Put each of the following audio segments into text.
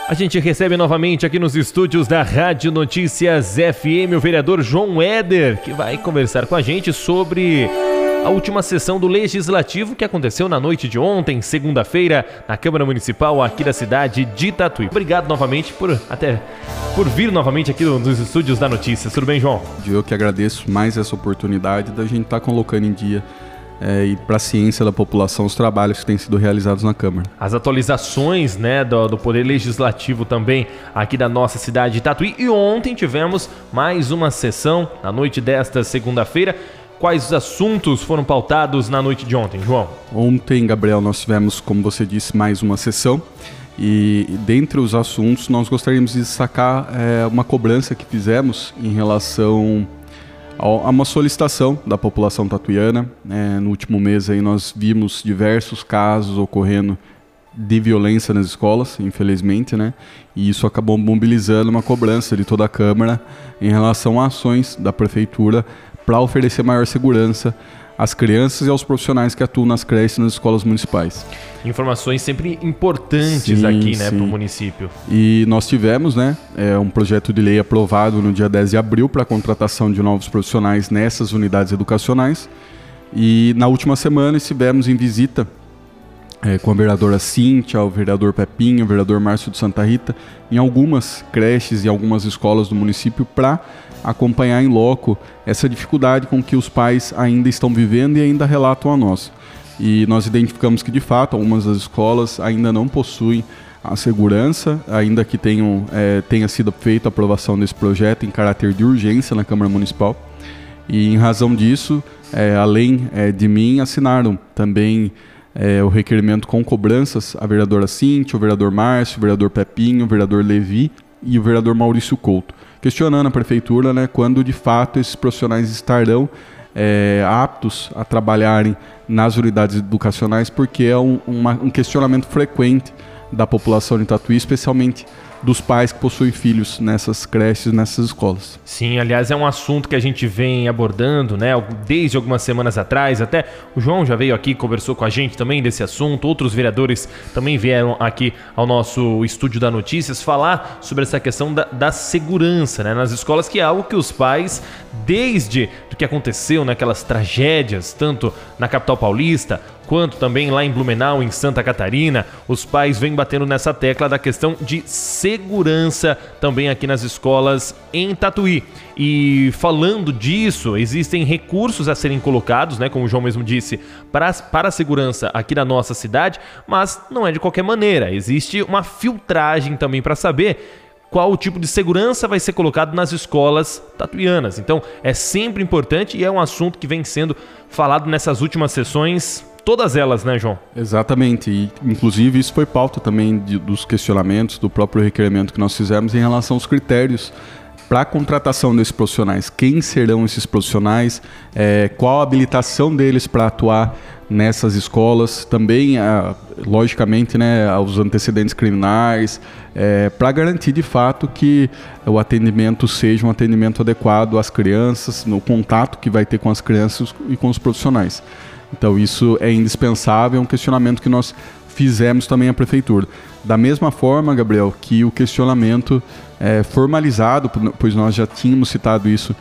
A gente recebe novamente aqui nos estúdios da Rádio Notícias FM o vereador João Éder, que vai conversar com a gente sobre a última sessão do Legislativo que aconteceu na noite de ontem, segunda-feira, na Câmara Municipal aqui da cidade de Tatuí. Obrigado novamente por vir novamente aqui nos estúdios da Notícias. Tudo bem, João? Eu que agradeço mais essa oportunidade da gente estar colocando em dia e para a ciência da população os trabalhos que têm sido realizados na Câmara. As atualizações, do Poder Legislativo também aqui da nossa cidade de Tatuí. E ontem tivemos mais uma sessão na noite desta segunda-feira. Quais os assuntos foram pautados na noite de ontem, João? Ontem, Gabriel, nós tivemos, como você disse, mais uma sessão. E dentre os assuntos, nós gostaríamos de destacar uma cobrança que fizemos em relação a uma solicitação da população tatuiana. No último mês aí nós vimos diversos casos ocorrendo de violência nas escolas, infelizmente, e isso acabou mobilizando uma cobrança de toda a Câmara em relação a ações da Prefeitura para oferecer maior segurança às crianças e aos profissionais que atuam nas creches e nas escolas municipais. Informações sempre importantes aqui, para o município. E nós tivemos, um projeto de lei aprovado no dia 10 de abril para a contratação de novos profissionais nessas unidades educacionais. E na última semana estivemos em visita com a vereadora Cíntia, o vereador Pepinho, o vereador Márcio de Santa Rita, em algumas creches e algumas escolas do município para acompanhar em loco essa dificuldade com que os pais ainda estão vivendo e ainda relatam a nós. E nós identificamos que, de fato, algumas das escolas ainda não possuem a segurança, ainda que tenha sido feita a aprovação desse projeto em caráter de urgência na Câmara Municipal. E, em razão disso, além de mim, assinaram também o requerimento com cobranças a vereadora Cíntia, o vereador Márcio, o vereador Pepinho, o vereador Levi e o vereador Maurício Couto, questionando a Prefeitura quando de fato esses profissionais estarão aptos a trabalharem nas unidades educacionais, porque é um questionamento frequente da população de Tatuí, especialmente dos pais que possuem filhos nessas creches, nessas escolas. Sim, aliás, é um assunto que a gente vem abordando, desde algumas semanas atrás. Até o João já veio aqui, conversou com a gente também desse assunto. Outros vereadores também vieram aqui ao nosso estúdio da Notícias falar sobre essa questão da segurança nas escolas, que é algo que os pais, desde o que aconteceu naquelas tragédias, tanto na capital paulista, quanto também lá em Blumenau, em Santa Catarina, os pais vêm batendo nessa tecla da questão de segurança também aqui nas escolas em Tatuí. E falando disso, existem recursos a serem colocados, como o João mesmo disse, para a segurança aqui da nossa cidade, mas não é de qualquer maneira. Existe uma filtragem também para saber qual o tipo de segurança vai ser colocado nas escolas tatuianas. Então, é sempre importante e é um assunto que vem sendo falado nessas últimas sessões. Todas elas, João? Exatamente, e inclusive isso foi pauta também dos questionamentos, do próprio requerimento que nós fizemos em relação aos critérios para a contratação desses profissionais. Quem serão esses profissionais, qual a habilitação deles para atuar nessas escolas, também, logicamente, os antecedentes criminais, para garantir de fato que o atendimento seja um atendimento adequado às crianças, no contato que vai ter com as crianças e com os profissionais. Então isso é indispensável, é um questionamento que nós fizemos também à Prefeitura. Da mesma forma, Gabriel, que o questionamento formalizado, pois nós já tínhamos citado isso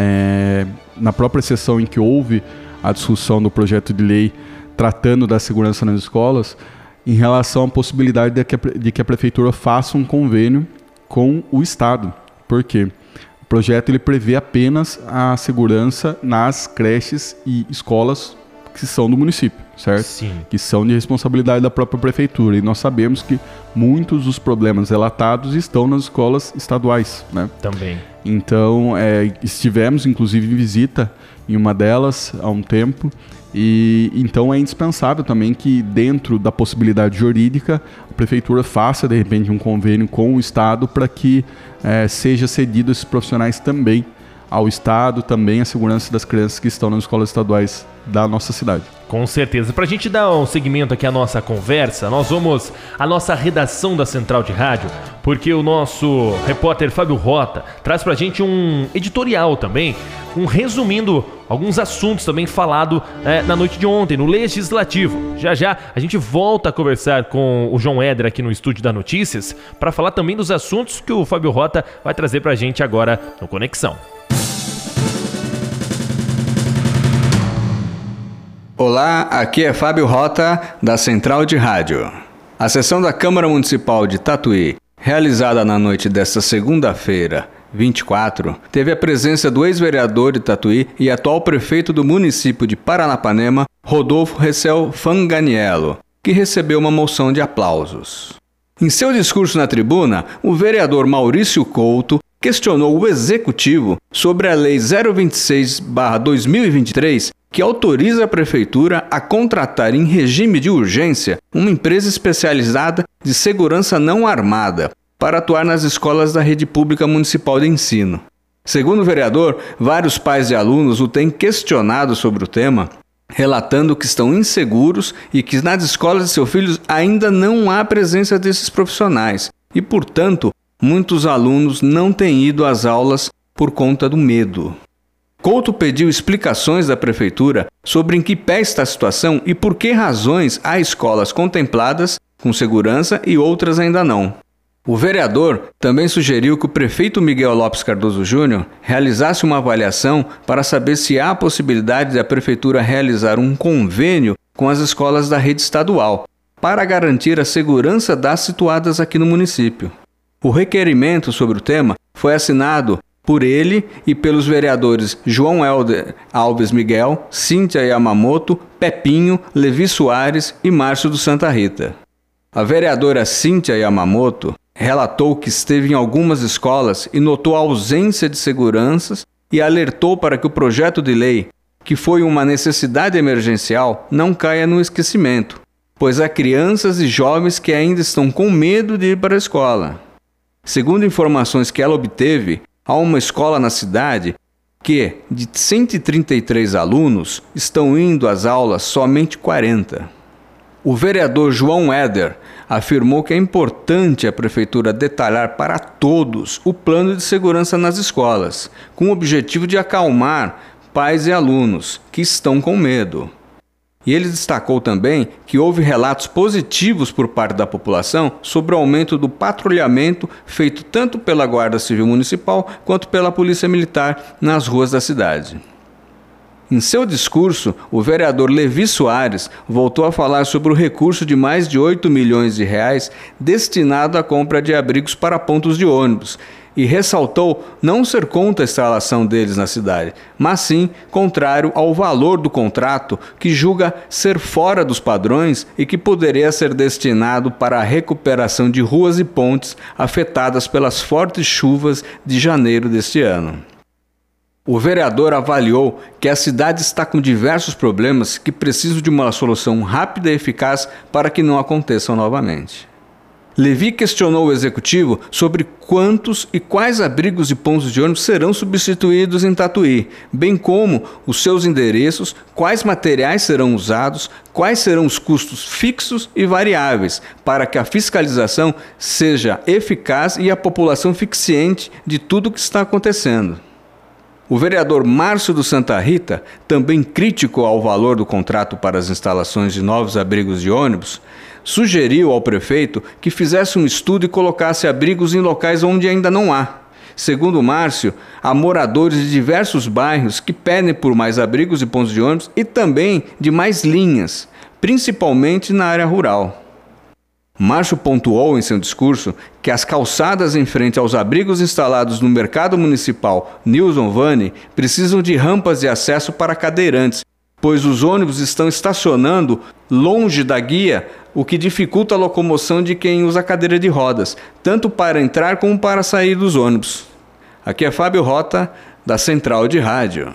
na própria sessão em que houve a discussão do projeto de lei tratando da segurança nas escolas, em relação à possibilidade de que a Prefeitura faça um convênio com o Estado. Por quê? O projeto ele prevê apenas a segurança nas creches e escolas que são do município, certo? Sim. Que são de responsabilidade da própria Prefeitura. E nós sabemos que muitos dos problemas relatados estão nas escolas estaduais, Também. Então, estivemos, inclusive, em visita em uma delas há um tempo. E então é indispensável também que, dentro da possibilidade jurídica, a Prefeitura faça, de repente, um convênio com o Estado para que seja cedido esses profissionais também ao Estado, também a segurança das crianças que estão nas escolas estaduais da nossa cidade. Com certeza. Para a gente dar um segmento aqui à nossa conversa, nós vamos à nossa redação da Central de Rádio, porque o nosso repórter Fábio Rota traz para a gente um editorial também, resumindo alguns assuntos também falado na noite de ontem, no Legislativo. Já já a gente volta a conversar com o João Éder aqui no Estúdio da Notícias para falar também dos assuntos que o Fábio Rota vai trazer para a gente agora no Conexão. Olá, aqui é Fábio Rota, da Central de Rádio. A sessão da Câmara Municipal de Tatuí, realizada na noite desta segunda-feira, 24, teve a presença do ex-vereador de Tatuí e atual prefeito do município de Paranapanema, Rodolfo Recel Fanganiello, que recebeu uma moção de aplausos. Em seu discurso na tribuna, o vereador Maurício Couto questionou o Executivo sobre a Lei 026/2023, que autoriza a Prefeitura a contratar em regime de urgência uma empresa especializada de segurança não armada para atuar nas escolas da rede pública municipal de ensino. Segundo o vereador, vários pais e alunos o têm questionado sobre o tema, relatando que estão inseguros e que nas escolas de seus filhos ainda não há presença desses profissionais e, portanto, muitos alunos não têm ido às aulas por conta do medo. Couto pediu explicações da Prefeitura sobre em que pé está a situação e por que razões há escolas contempladas com segurança e outras ainda não. O vereador também sugeriu que o prefeito Miguel Lopes Cardoso Júnior realizasse uma avaliação para saber se há a possibilidade da Prefeitura realizar um convênio com as escolas da rede estadual, para garantir a segurança das situadas aqui no município. O requerimento sobre o tema foi assinado por ele e pelos vereadores João Helder Alves Miguel, Cíntia Yamamoto, Pepinho, Levi Soares e Márcio do Santa Rita. A vereadora Cíntia Yamamoto relatou que esteve em algumas escolas e notou a ausência de seguranças e alertou para que o projeto de lei, que foi uma necessidade emergencial, não caia no esquecimento, pois há crianças e jovens que ainda estão com medo de ir para a escola. Segundo informações que ela obteve, há uma escola na cidade que, de 133 alunos, estão indo às aulas somente 40. O vereador João Éder afirmou que é importante a Prefeitura detalhar para todos o plano de segurança nas escolas, com o objetivo de acalmar pais e alunos que estão com medo. E ele destacou também que houve relatos positivos por parte da população sobre o aumento do patrulhamento feito tanto pela Guarda Civil Municipal quanto pela Polícia Militar nas ruas da cidade. Em seu discurso, o vereador Levi Soares voltou a falar sobre o recurso de mais de 8 milhões de reais destinado à compra de abrigos para pontos de ônibus e ressaltou não ser contra a instalação deles na cidade, mas sim contrário ao valor do contrato, que julga ser fora dos padrões e que poderia ser destinado para a recuperação de ruas e pontes afetadas pelas fortes chuvas de janeiro deste ano. O vereador avaliou que a cidade está com diversos problemas que precisam de uma solução rápida e eficaz para que não aconteçam novamente. Levi questionou o Executivo sobre quantos e quais abrigos e pontos de ônibus serão substituídos em Tatuí, bem como os seus endereços, quais materiais serão usados, quais serão os custos fixos e variáveis, para que a fiscalização seja eficaz e a população fique ciente de tudo o que está acontecendo. O vereador Márcio do Santa Rita, também crítico ao valor do contrato para as instalações de novos abrigos de ônibus, sugeriu ao prefeito que fizesse um estudo e colocasse abrigos em locais onde ainda não há. Segundo Márcio, há moradores de diversos bairros que pedem por mais abrigos e pontos de ônibus e também de mais linhas, principalmente na área rural. Márcio pontuou em seu discurso que as calçadas em frente aos abrigos instalados no mercado municipal Nilson Vani precisam de rampas de acesso para cadeirantes, pois os ônibus estão estacionando longe da guia, o que dificulta a locomoção de quem usa cadeira de rodas, tanto para entrar como para sair dos ônibus. Aqui é Fábio Rota, da Central de Rádio.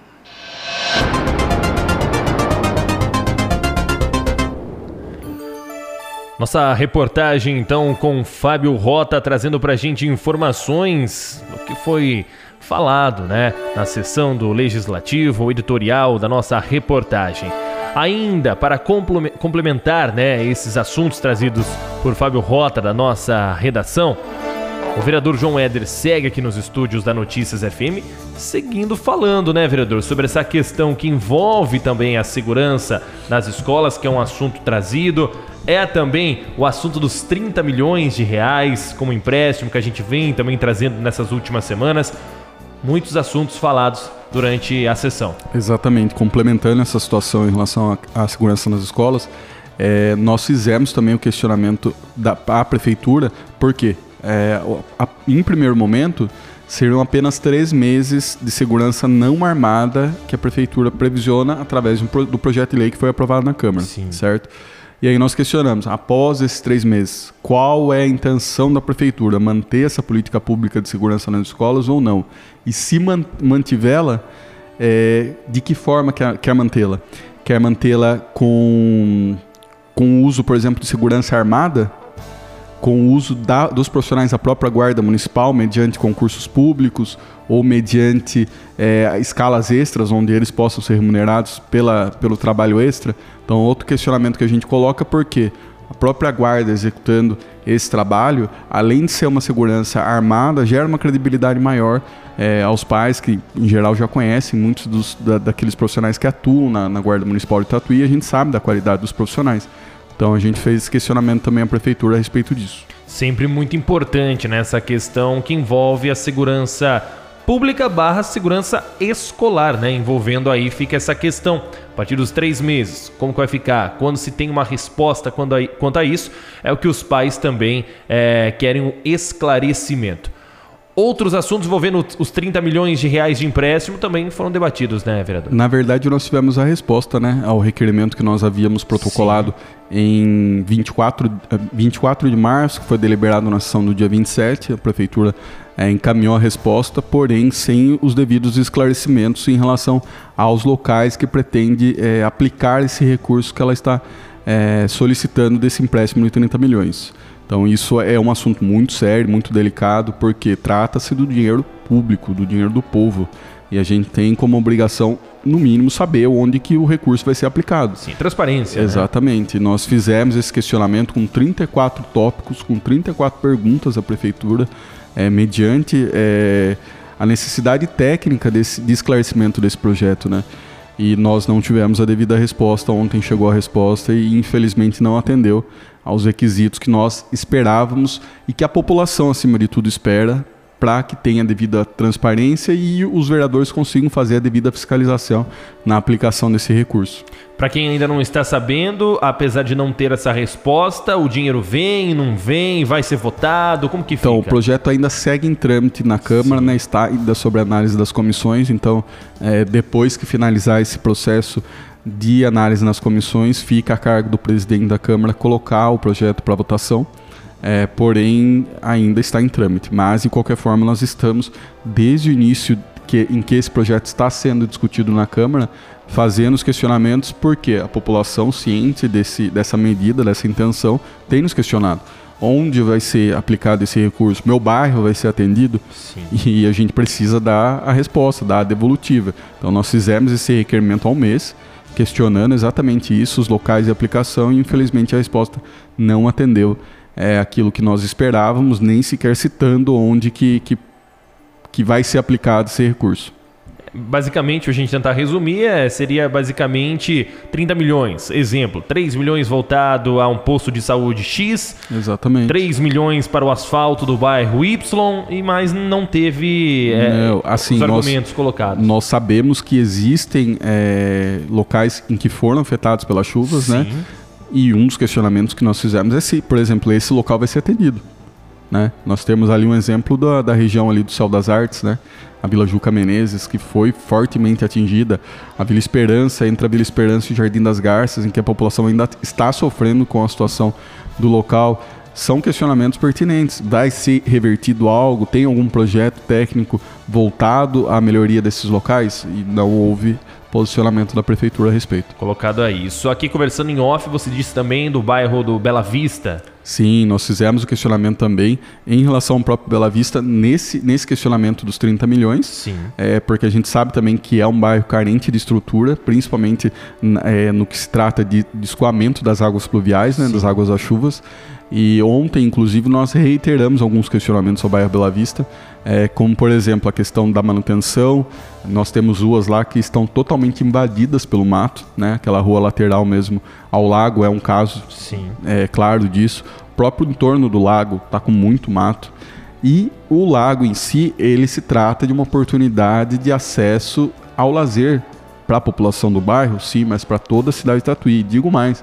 Nossa reportagem, então, com Fábio Rota, trazendo pra gente informações do que foi falado, né, na sessão do Legislativo, o editorial da nossa reportagem. Ainda para complementar, né, esses assuntos trazidos por Fábio Rota, da nossa redação, o vereador João Éder segue aqui nos estúdios da Notícias FM, seguindo falando, né, vereador, sobre essa questão que envolve também a segurança nas escolas, que é um assunto trazido. É também o assunto dos 30 milhões de reais como empréstimo que a gente vem também trazendo nessas últimas semanas. Muitos assuntos falados durante a sessão. Exatamente, complementando essa situação em relação à segurança nas escolas, nós fizemos também o questionamento à prefeitura, porque em primeiro momento seriam apenas 3 meses de segurança não armada que a prefeitura previsiona através do projeto de lei que foi aprovado na Câmara. Sim. Certo? E aí nós questionamos, após esses 3 meses, qual é a intenção da prefeitura? Manter essa política pública de segurança nas escolas ou não? E se mantivê-la, de que forma quer mantê-la? Quer mantê-la com o uso, por exemplo, de segurança armada? Com o uso dos profissionais da própria Guarda Municipal, mediante concursos públicos ou mediante escalas extras, onde eles possam ser remunerados pelo trabalho extra. Então, outro questionamento que a gente coloca, porque a própria Guarda executando esse trabalho, além de ser uma segurança armada, gera uma credibilidade maior aos pais, que em geral já conhecem muitos daqueles profissionais que atuam na Guarda Municipal de Tatuí, a gente sabe da qualidade dos profissionais. Então a gente fez esse questionamento também à prefeitura a respeito disso. Sempre muito importante, né, essa questão que envolve a segurança pública / segurança escolar, né? Envolvendo aí fica essa questão, a partir dos 3 meses, como que vai ficar? Quando se tem uma resposta quanto a isso, é o que os pais também querem um esclarecimento. Outros assuntos envolvendo os 30 milhões de reais de empréstimo também foram debatidos, né, vereador? Na verdade, nós tivemos a resposta, né, ao requerimento que nós havíamos protocolado em 24 de março, que foi deliberado na sessão do dia 27. A prefeitura encaminhou a resposta, porém sem os devidos esclarecimentos em relação aos locais que pretende aplicar esse recurso que ela está solicitando desse empréstimo de 30 milhões. Então isso é um assunto muito sério, muito delicado, porque trata-se do dinheiro público, do dinheiro do povo. E a gente tem como obrigação, no mínimo, saber onde que o recurso vai ser aplicado. Sim, transparência. Exatamente. Né? Nós fizemos esse questionamento com 34 tópicos, com 34 perguntas à prefeitura, mediante a necessidade técnica de esclarecimento desse projeto, né? E nós não tivemos a devida resposta. Ontem chegou a resposta e infelizmente não atendeu aos requisitos que nós esperávamos e que a população, acima de tudo, espera, para que tenha a devida transparência e os vereadores consigam fazer a devida fiscalização na aplicação desse recurso. Para quem ainda não está sabendo, apesar de não ter essa resposta, o dinheiro vem, não vem, vai ser votado, como que fica? Então, o projeto ainda segue em trâmite na Câmara, né, está ainda sob análise das comissões, então depois que finalizar esse processo de análise nas comissões, fica a cargo do presidente da Câmara colocar o projeto para votação. Porém, ainda está em trâmite. Mas, de qualquer forma, nós estamos, desde o início em que esse projeto está sendo discutido na Câmara, fazendo os questionamentos, porque a população, ciente dessa medida, dessa intenção, tem nos questionado. Onde vai ser aplicado esse recurso? Meu bairro vai ser atendido? Sim. E a gente precisa dar a resposta, dar a devolutiva. Então, nós fizemos esse requerimento há um mês, questionando exatamente isso, os locais de aplicação, e infelizmente a resposta não atendeu aquilo que nós esperávamos, nem sequer citando onde que vai ser aplicado esse recurso. Basicamente, a gente tentar resumir, seria basicamente 30 milhões. Exemplo, 3 milhões voltado a um posto de saúde X. Exatamente. 3 milhões para o asfalto do bairro Y, e mais não teve os argumentos colocados. Nós sabemos que existem locais em que foram afetados pelas chuvas, sim, né? E um dos questionamentos que nós fizemos é se, por exemplo, esse local vai ser atendido, né? Nós temos ali um exemplo da região ali do Céu das Artes, né? A Vila Juca Menezes, que foi fortemente atingida. A Vila Esperança, entre a Vila Esperança e o Jardim das Garças, em que a população ainda está sofrendo com a situação do local. São questionamentos pertinentes. Vai ser revertido algo? Tem algum projeto técnico voltado à melhoria desses locais? E não houve posicionamento da prefeitura a respeito. Colocado aí. Isso aqui, conversando em off, você disse também do bairro do Bela Vista. Sim, nós fizemos o questionamento também em relação ao próprio Bela Vista, nesse questionamento dos 30 milhões. Sim. Porque a gente sabe também que é um bairro carente de estrutura, principalmente no que se trata de escoamento das águas pluviais, né, das águas das chuvas. E ontem, inclusive, nós reiteramos alguns questionamentos ao bairro Bela Vista, como, por exemplo, a questão da manutenção. Nós temos ruas lá que estão totalmente invadidas pelo mato, né? Aquela rua lateral mesmo ao lago é um caso claro disso. O próprio entorno do lago está com muito mato. E o lago em si, ele se trata de uma oportunidade de acesso ao lazer para a população do bairro, sim, mas para toda a cidade de Tatuí. Digo mais,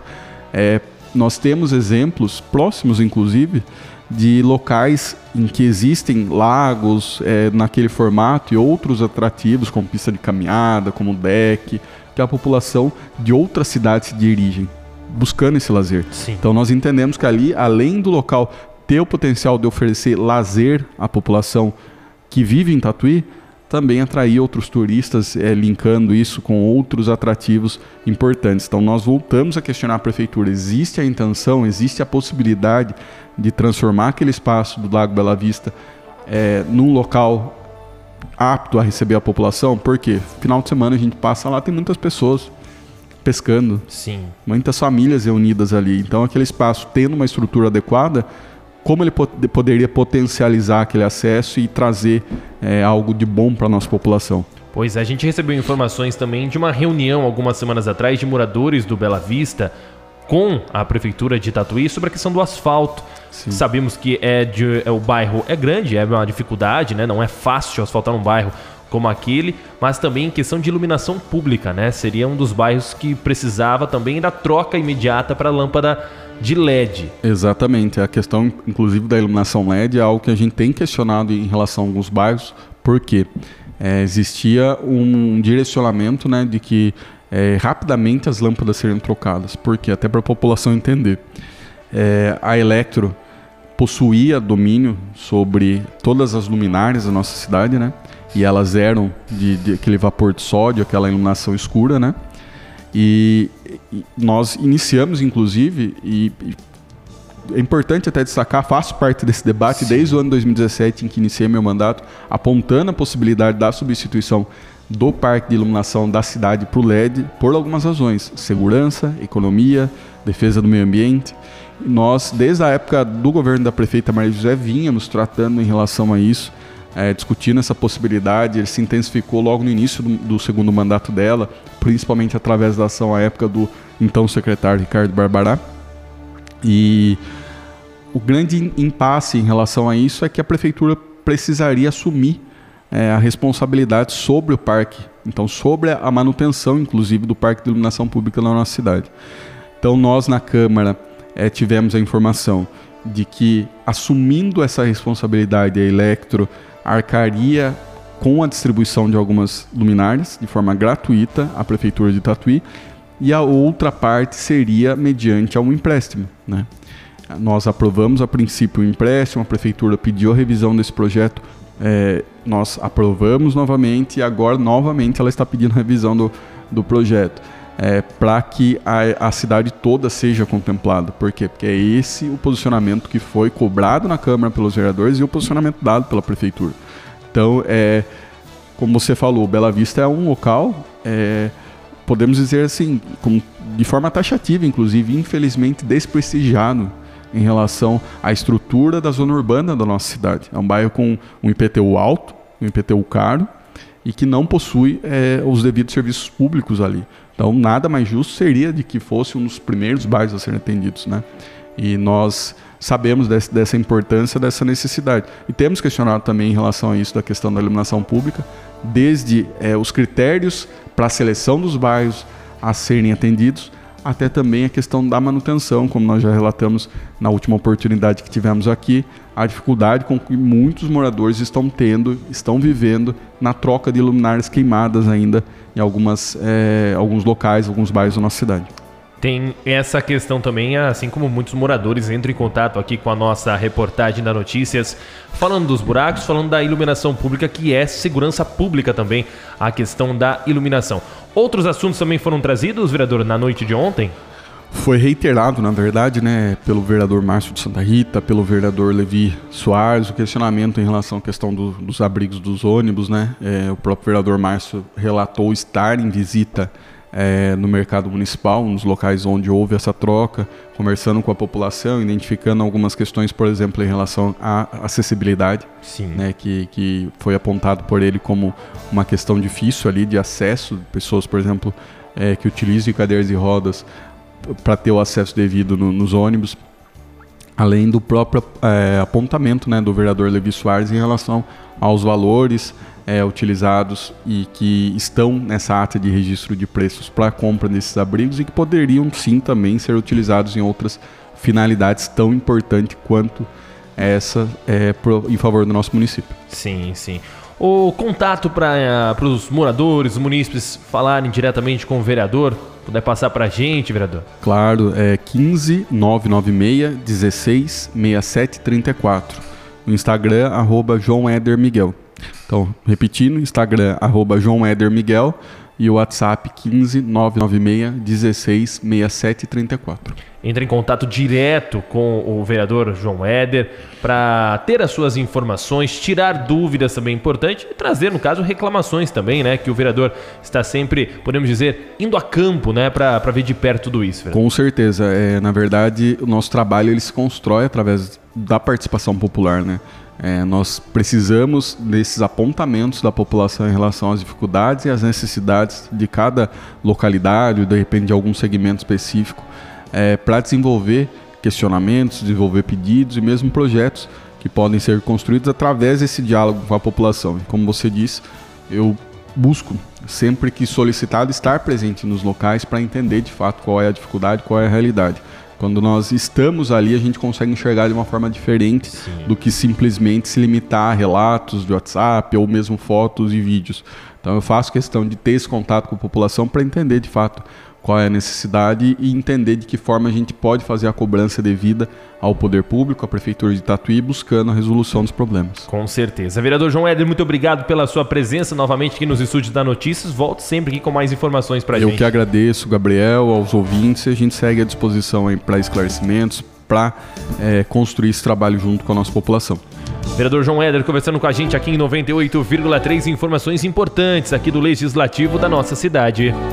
nós temos exemplos próximos, inclusive, de locais em que existem lagos naquele formato e outros atrativos, como pista de caminhada, como deck, que a população de outras cidades se dirigem, buscando esse lazer. Sim. Então nós entendemos que ali, além do local ter o potencial de oferecer lazer à população que vive em Tatuí, também atrair outros turistas, linkando isso com outros atrativos importantes. Então nós voltamos a questionar a prefeitura. Existe a intenção, existe a possibilidade de transformar aquele espaço do Lago Bela Vista num local apto a receber a população? Porque final de semana a gente passa lá, tem muitas pessoas pescando. Sim. Muitas famílias reunidas ali. Então aquele espaço, tendo uma estrutura adequada, como ele poderia potencializar aquele acesso e trazer algo de bom para a nossa população. Pois é, a gente recebeu informações também de uma reunião algumas semanas atrás de moradores do Bela Vista com a prefeitura de Tatuí sobre a questão do asfalto. Sim. Sabemos que o bairro é grande, é uma dificuldade, né? Não é fácil asfaltar um bairro como aquele, mas também em questão de iluminação pública, né? Seria um dos bairros que precisava também da troca imediata para a lâmpada de LED. Exatamente. A questão, inclusive, da iluminação LED é algo que a gente tem questionado em relação a alguns bairros, porque existia um direcionamento, né, de que rapidamente as lâmpadas seriam trocadas. Porque até para a população entender. A Electro possuía domínio sobre todas as luminárias da nossa cidade, né? E elas eram de aquele vapor de sódio, aquela iluminação escura, né? E nós iniciamos, inclusive, e é importante até destacar, faço parte desse debate desde o ano 2017, em que iniciei meu mandato, apontando a possibilidade da substituição do parque de iluminação da cidade para o LED, por algumas razões: segurança, economia, defesa do meio ambiente. E nós, desde a época do governo da prefeita Maria José, vínhamos tratando em relação a isso, discutindo essa possibilidade. Ele se intensificou logo no início do segundo mandato dela, principalmente através da ação à época do então secretário Ricardo Barbará. E o grande impasse em relação a isso é que a prefeitura precisaria assumir a responsabilidade sobre o parque, então sobre a manutenção, inclusive, do parque de iluminação pública na nossa cidade. Então nós na Câmara tivemos a informação de que, assumindo essa responsabilidade, a Electro arcaria com a distribuição de algumas luminárias de forma gratuita à Prefeitura de Tatuí, e a outra parte seria mediante um empréstimo, né? Nós aprovamos a princípio o empréstimo, a Prefeitura pediu a revisão desse projeto, nós aprovamos novamente, e agora novamente ela está pedindo a revisão do projeto, para que a cidade toda seja contemplada. Por quê? Porque é esse o posicionamento que foi cobrado na Câmara pelos vereadores e o posicionamento dado pela Prefeitura. Então, como você falou, Bela Vista é um local, podemos dizer assim, de forma taxativa, inclusive, infelizmente desprestigiado em relação à estrutura da zona urbana da nossa cidade. É um bairro com um IPTU alto, um IPTU caro, e que não possui os devidos serviços públicos ali. Então, nada mais justo seria de que fosse um dos primeiros bairros a serem atendidos, né? E nós sabemos dessa importância, dessa necessidade. E temos questionado também em relação a isso, da questão da iluminação pública, desde os critérios para a seleção dos bairros a serem atendidos, até também a questão da manutenção, como nós já relatamos na última oportunidade que tivemos aqui, a dificuldade com que muitos moradores estão vivendo na troca de luminárias queimadas ainda em alguns locais, alguns bairros da nossa cidade. Tem essa questão também, assim como muitos moradores entram em contato aqui com a nossa reportagem da Notícias, falando dos buracos, falando da iluminação pública, que é segurança pública também, a questão da iluminação. Outros assuntos também foram trazidos, vereador, na noite de ontem? Foi reiterado, na verdade, né, pelo vereador Márcio de Santa Rita, pelo vereador Levi Soares, o questionamento em relação à questão dos abrigos dos ônibus, né? O próprio vereador Márcio relatou estar em visita no mercado municipal, nos locais onde houve essa troca, conversando com a população, identificando algumas questões, por exemplo, em relação à acessibilidade, né, que foi apontado por ele como uma questão difícil ali de acesso, pessoas, por exemplo, que utilizam cadeiras de rodas para ter o acesso devido nos ônibus, além do próprio apontamento, né, do vereador Levi Soares em relação aos valores utilizados e que estão nessa ata de registro de preços para a compra desses abrigos e que poderiam sim também ser utilizados em outras finalidades tão importantes quanto essa em favor do nosso município. Sim. O contato para os moradores, os munícipes falarem diretamente com o vereador, puder passar para a gente, vereador? Claro, 15 996 16 67 34. No Instagram, @JoãoEderMiguel. Então, repetindo, Instagram, @JoãoEderMiguel e o WhatsApp 15 996 16 67 34. Entre em contato direto com o vereador João Éder para ter as suas informações, tirar dúvidas também importante e trazer, no caso, reclamações também, né? Que o vereador está sempre, podemos dizer, indo a campo, né? Para ver de perto tudo isso, vereador. Com certeza. Na verdade, o nosso trabalho ele se constrói através da participação popular, né? Nós precisamos desses apontamentos da população em relação às dificuldades e às necessidades de cada localidade, ou de repente de algum segmento específico, para desenvolver questionamentos, desenvolver pedidos e mesmo projetos que podem ser construídos através desse diálogo com a população. E como você disse, eu busco sempre que solicitado estar presente nos locais para entender de fato qual é a dificuldade, qual é a realidade. Quando nós estamos ali, a gente consegue enxergar de uma forma diferente do que simplesmente se limitar a relatos de WhatsApp ou mesmo fotos e vídeos. Então eu faço questão de ter esse contato com a população para entender de fato qual é a necessidade e entender de que forma a gente pode fazer a cobrança devida ao poder público, à Prefeitura de Tatuí, buscando a resolução dos problemas. Com certeza. Vereador João Éder, muito obrigado pela sua presença novamente aqui nos estúdios da Notícias. Volte sempre aqui com mais informações para a gente. Eu que agradeço, Gabriel, aos ouvintes, e a gente segue à disposição para esclarecimentos, para construir esse trabalho junto com a nossa população. Vereador João Éder conversando com a gente aqui em 98,3, informações importantes aqui do Legislativo da nossa cidade.